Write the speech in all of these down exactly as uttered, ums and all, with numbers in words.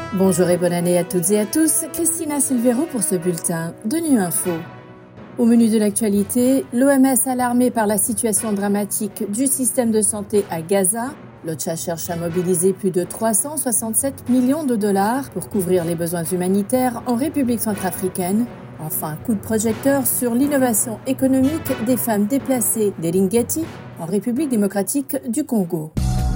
Bonjour et bonne année à toutes et à tous, Christina Silvero pour ce bulletin de Nu Info. Au menu de l'actualité, l'O M S alarmée par la situation dramatique du système de santé à Gaza. L'OCHA cherche à mobiliser plus de trois cent soixante-sept millions de dollars pour couvrir les besoins humanitaires en République centrafricaine. Enfin, coup de projecteur sur l'innovation économique des femmes déplacées d'Eringeti en République démocratique du Congo.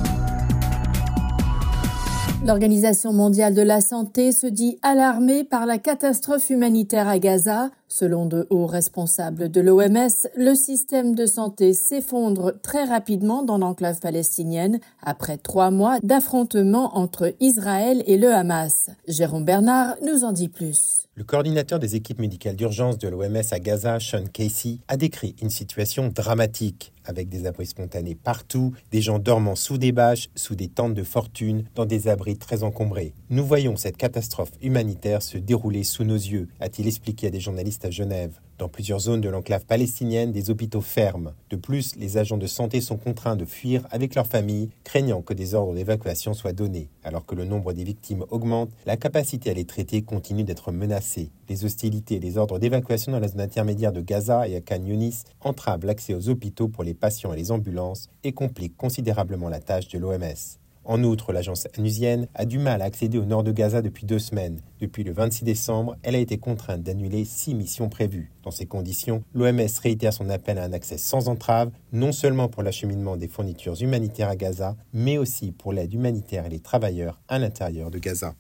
L'Organisation mondiale de la santé se dit alarmée par la catastrophe humanitaire à Gaza. Selon de hauts responsables de l'O M S, le système de santé s'effondre très rapidement dans l'enclave palestinienne après trois mois d'affrontements entre Israël et le Hamas. Jérôme Bernard nous en dit plus. Le coordinateur des équipes médicales d'urgence de l'O M S à Gaza, Sean Casey, a décrit une situation dramatique, avec des abris spontanés partout, des gens dormant sous des bâches, sous des tentes de fortune, dans des abris très encombrés. Nous voyons cette catastrophe humanitaire se dérouler sous nos yeux, a-t-il expliqué à des journalistes à Genève. Dans plusieurs zones de l'enclave palestinienne, des hôpitaux ferment. De plus, les agents de santé sont contraints de fuir avec leurs familles, craignant que des ordres d'évacuation soient donnés. Alors que le nombre des victimes augmente, la capacité à les traiter continue d'être menacée. Les hostilités et les ordres d'évacuation dans la zone intermédiaire de Gaza et à Khan Younis entravent l'accès aux hôpitaux pour les patients et les ambulances et compliquent considérablement la tâche de l'O M S. En outre, l'agence onusienne a du mal à accéder au nord de Gaza depuis deux semaines. Depuis le vingt-six décembre, elle a été contrainte d'annuler six missions prévues. Dans ces conditions, l'O M S réitère son appel à un accès sans entrave, non seulement pour l'acheminement des fournitures humanitaires à Gaza, mais aussi pour l'aide humanitaire et les travailleurs à l'intérieur de Gaza.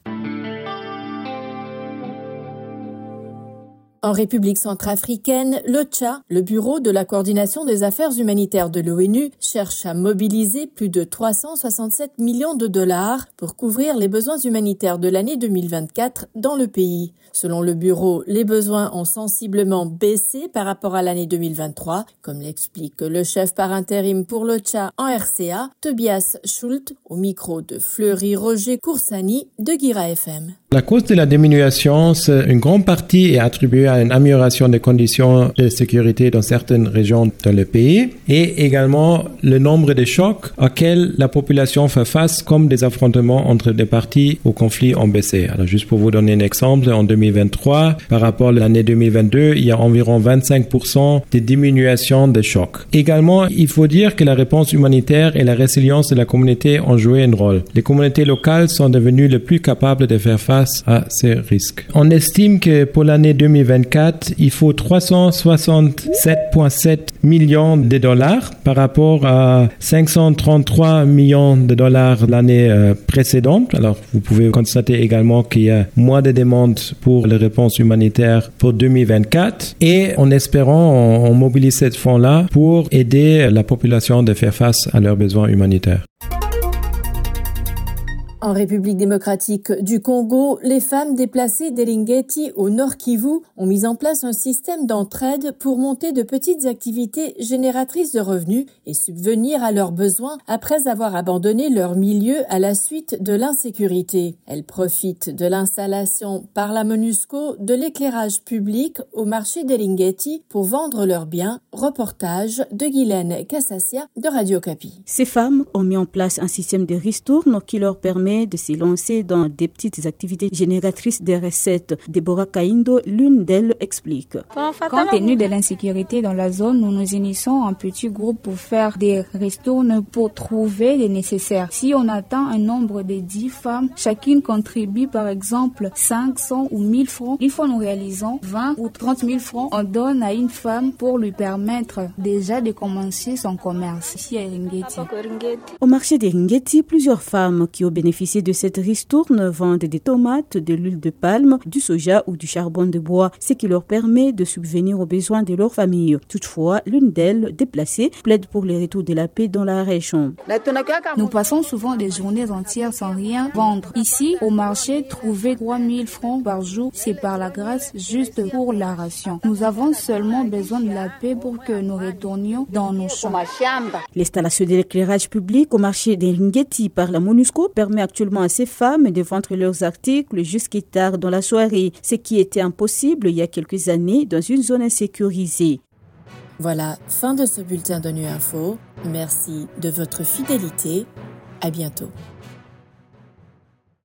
En République centrafricaine, l'OCHA, le Bureau de la coordination des affaires humanitaires de l'ONU, cherche à mobiliser plus de trois cent soixante-sept millions de dollars pour couvrir les besoins humanitaires de l'année deux mille vingt-quatre dans le pays. Selon le bureau, les besoins ont sensiblement baissé par rapport à l'année deux mille vingt-trois, comme l'explique le chef par intérim pour l'OCHA en R C A, Tobias Schult, au micro de Fleury Roger Coursani de Guira F M. La cause de la diminution, une grande partie est attribuée à une amélioration des conditions de sécurité dans certaines régions dans le pays et également le nombre de chocs auxquels la population fait face comme des affrontements entre des parties au conflit ont baissé. Alors juste pour vous donner un exemple, en deux mille vingt-trois, par rapport à l'année deux mille vingt-deux, il y a environ vingt-cinq pour cent de diminution des chocs. Également, il faut dire que la réponse humanitaire et la résilience de la communauté ont joué un rôle. Les communautés locales sont devenues les plus capables de faire face à ces risques. On estime que pour l'année deux mille vingt-quatre, il faut trois cent soixante-sept virgule sept millions de dollars par rapport à cinq cent trente-trois millions de dollars l'année euh, précédente. Alors, vous pouvez constater également qu'il y a moins de demandes pour les réponses humanitaires pour deux mille vingt-quatre et en espérant, on, on mobilise ces fonds-là pour aider la population de faire face à leurs besoins humanitaires. En République démocratique du Congo, les femmes déplacées d'Eringeti au Nord Kivu ont mis en place un système d'entraide pour monter de petites activités génératrices de revenus et subvenir à leurs besoins après avoir abandonné leur milieu à la suite de l'insécurité. Elles profitent de l'installation par la MONUSCO de l'éclairage public au marché d'Eringeti pour vendre leurs biens. Reportage de Guylaine Cassassia de Radio Okapi. Ces femmes ont mis en place un système de ristourne qui leur permet de se lancer dans des petites activités génératrices de recettes. Deborah Kaindo, l'une d'elles, explique. Compte tenu de l'insécurité dans la zone, nous nous unissons en petits groupes pour faire des ristournes pour trouver les nécessaires. Si on atteint un nombre de dix femmes, chacune contribue par exemple cinq cents ou mille francs. Une fois nous réalisons vingt ou trente mille francs, on donne à une femme pour lui permettre déjà de commencer son commerce ici à Eringeti. Au marché d'Eringeti, plusieurs femmes qui ont bénéficié de cette ristourne vendent des tomates, de l'huile de palme, du soja ou du charbon de bois, ce qui leur permet de subvenir aux besoins de leur famille. Toutefois, l'une d'elles, déplacée, plaide pour le retour de la paix dans la région. Nous passons souvent des journées entières sans rien vendre. Ici, au marché, trouver trois mille francs par jour, c'est par la grâce juste pour la ration. Nous avons seulement besoin de la paix pour que nous retournions dans nos champs. L'installation de l'éclairage public au marché d'Eringeti par la MONUSCO permet actuellement à ces femmes de vendre leurs articles jusqu'à tard dans la soirée, ce qui était impossible il y a quelques années dans une zone insécurisée. Voilà, fin de ce bulletin de Nu Info. Merci de votre fidélité. À bientôt.